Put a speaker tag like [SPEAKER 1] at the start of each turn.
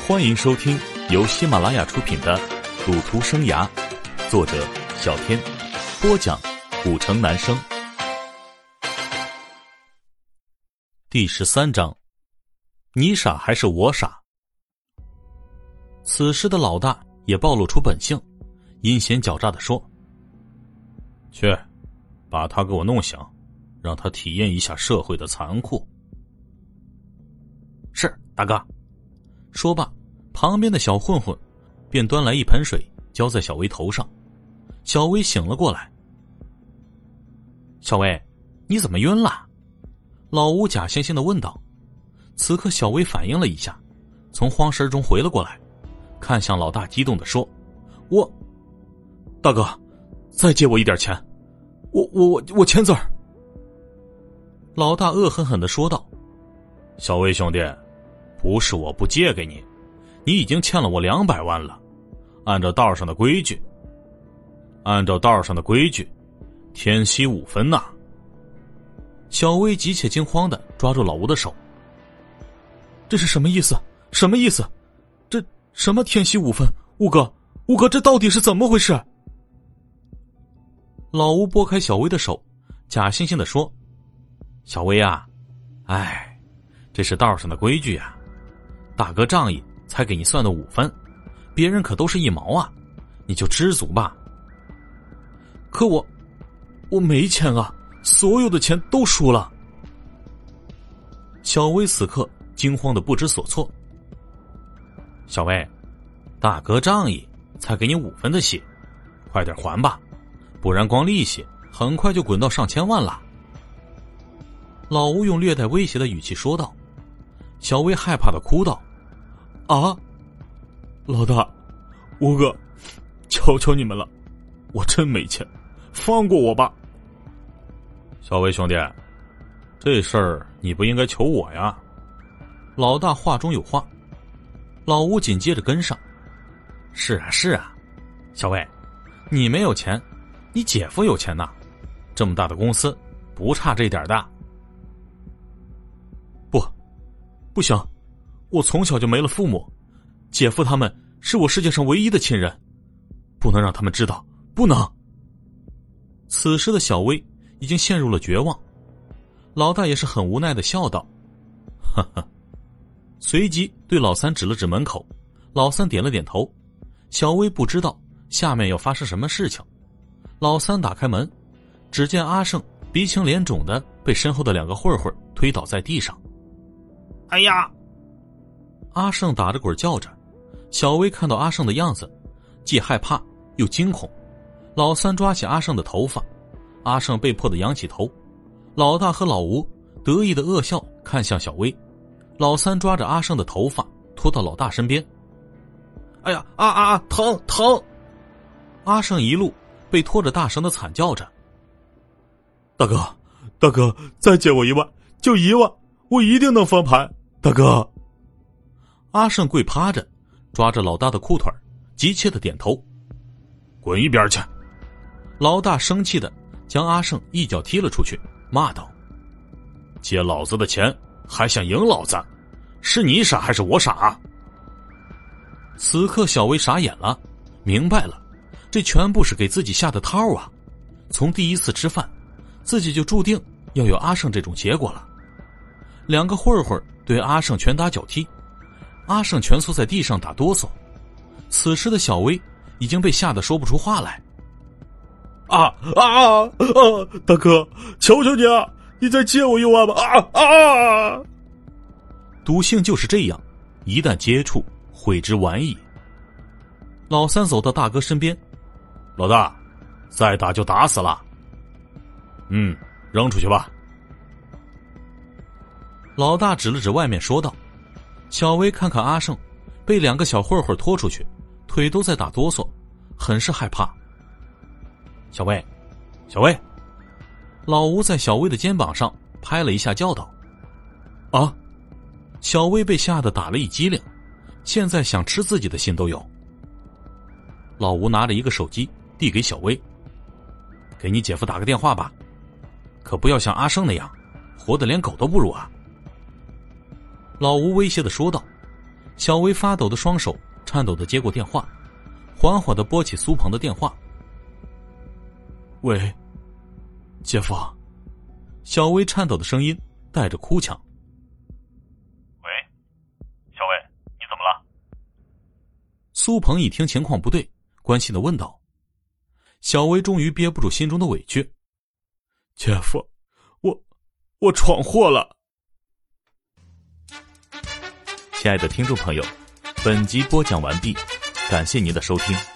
[SPEAKER 1] 欢迎收听由喜马拉雅出品的《赌徒生涯》，作者小天，播讲古城男生。第13章，你傻还是我傻？此时的老大也暴露出本性，阴险狡诈地说：去，把他给我弄醒，让他体验一下社会的残酷。是，大哥。说罢，旁边的小混混便端来一盆水浇在小薇头上。小薇醒了过来。小薇，你怎么晕了？老吴假惺惺地问道。此刻小薇反应了一下，从慌神中回了过来，看向老大激动地说：大哥，再借我一点钱，我签字儿。老大恶狠狠地说道：小薇兄弟，不是我不借给你，你已经欠了我200万了。按照道上的规矩，天息5分呐。小薇急切惊慌地抓住老吴的手。这是什么意思？什么意思？这什么天息5分？吴哥，这到底是怎么回事？老吴拨开小薇的手，假惺惺地说：小薇啊，这是道上的规矩啊，大哥仗义才给你算的5分，别人可都是1毛啊，你就知足吧。可我没钱啊，所有的钱都输了。小薇此刻惊慌的不知所措。小薇，大哥仗义才给你5分的息，快点还吧，不然光利息很快就滚到上千万了。老吴用略带威胁的语气说道。小薇害怕的哭道：啊，老大，吴哥，求求你们了，我真没钱，放过我吧。小薇兄弟，这事儿你不应该求我呀。老大话中有话。老吴紧接着跟上：是啊，小薇，你没有钱，你姐夫有钱呐，这么大的公司不差这点的。不行，我从小就没了父母，姐夫他们是我世界上唯一的亲人，不能让他们知道，不能。此时的小薇已经陷入了绝望。老大也是很无奈的笑道：呵呵。随即对老三指了指门口，老三点了点头。小薇不知道下面要发生什么事情。老三打开门，只见阿胜鼻青脸肿的被身后的2个混混推倒在地上。哎呀！阿胜打着滚叫着。小薇看到阿胜的样子，既害怕又惊恐。老三抓起阿胜的头发，阿胜被迫的仰起头。老大和老吴得意的恶笑看向小薇。老三抓着阿胜的头发拖到老大身边。哎呀，疼！阿胜一路被拖着大声的惨叫着。大哥，再借我1万，就1万，我一定能翻盘，大哥。阿胜跪趴着，抓着老大的裤腿，急切的点头。滚一边去！老大生气的将阿胜一脚踢了出去，骂道：借老子的钱还想赢老子，是你傻还是我傻？此刻小薇傻眼了，明白了，这全部是给自己下的套啊。从第一次吃饭，自己就注定要有阿胜这种结果了。2个混混对阿胜拳打脚踢，阿胜蜷缩在地上打哆嗦。此时的小薇已经被吓得说不出话来。大哥，求求你啊，你再借我1万吧！赌性就是这样，一旦接触，悔之晚矣。老三走到大哥身边：老大，再打就打死了。扔出去吧。老大指了指外面说道。小薇看看阿胜被2个小混混拖出去，腿都在打哆嗦，很是害怕。小薇，老吴在小薇的肩膀上拍了一下，叫道：小薇被吓得打了一激灵，现在想吃自己的心都有。老吴拿着一个手机递给小薇：给你姐夫打个电话吧，可不要像阿胜那样活得连狗都不如啊。老吴威胁地说道。 小薇发抖的双手颤抖地接过电话，缓缓地拨起苏鹏的电话。喂，姐夫。小薇颤抖的声音带着哭腔。
[SPEAKER 2] 喂，小薇，你怎么了？
[SPEAKER 1] 苏鹏一听情况不对，关心地问道。小薇终于憋不住心中的委屈。姐夫，我闯祸了。
[SPEAKER 3] 亲爱的听众朋友，本集播讲完毕，感谢您的收听。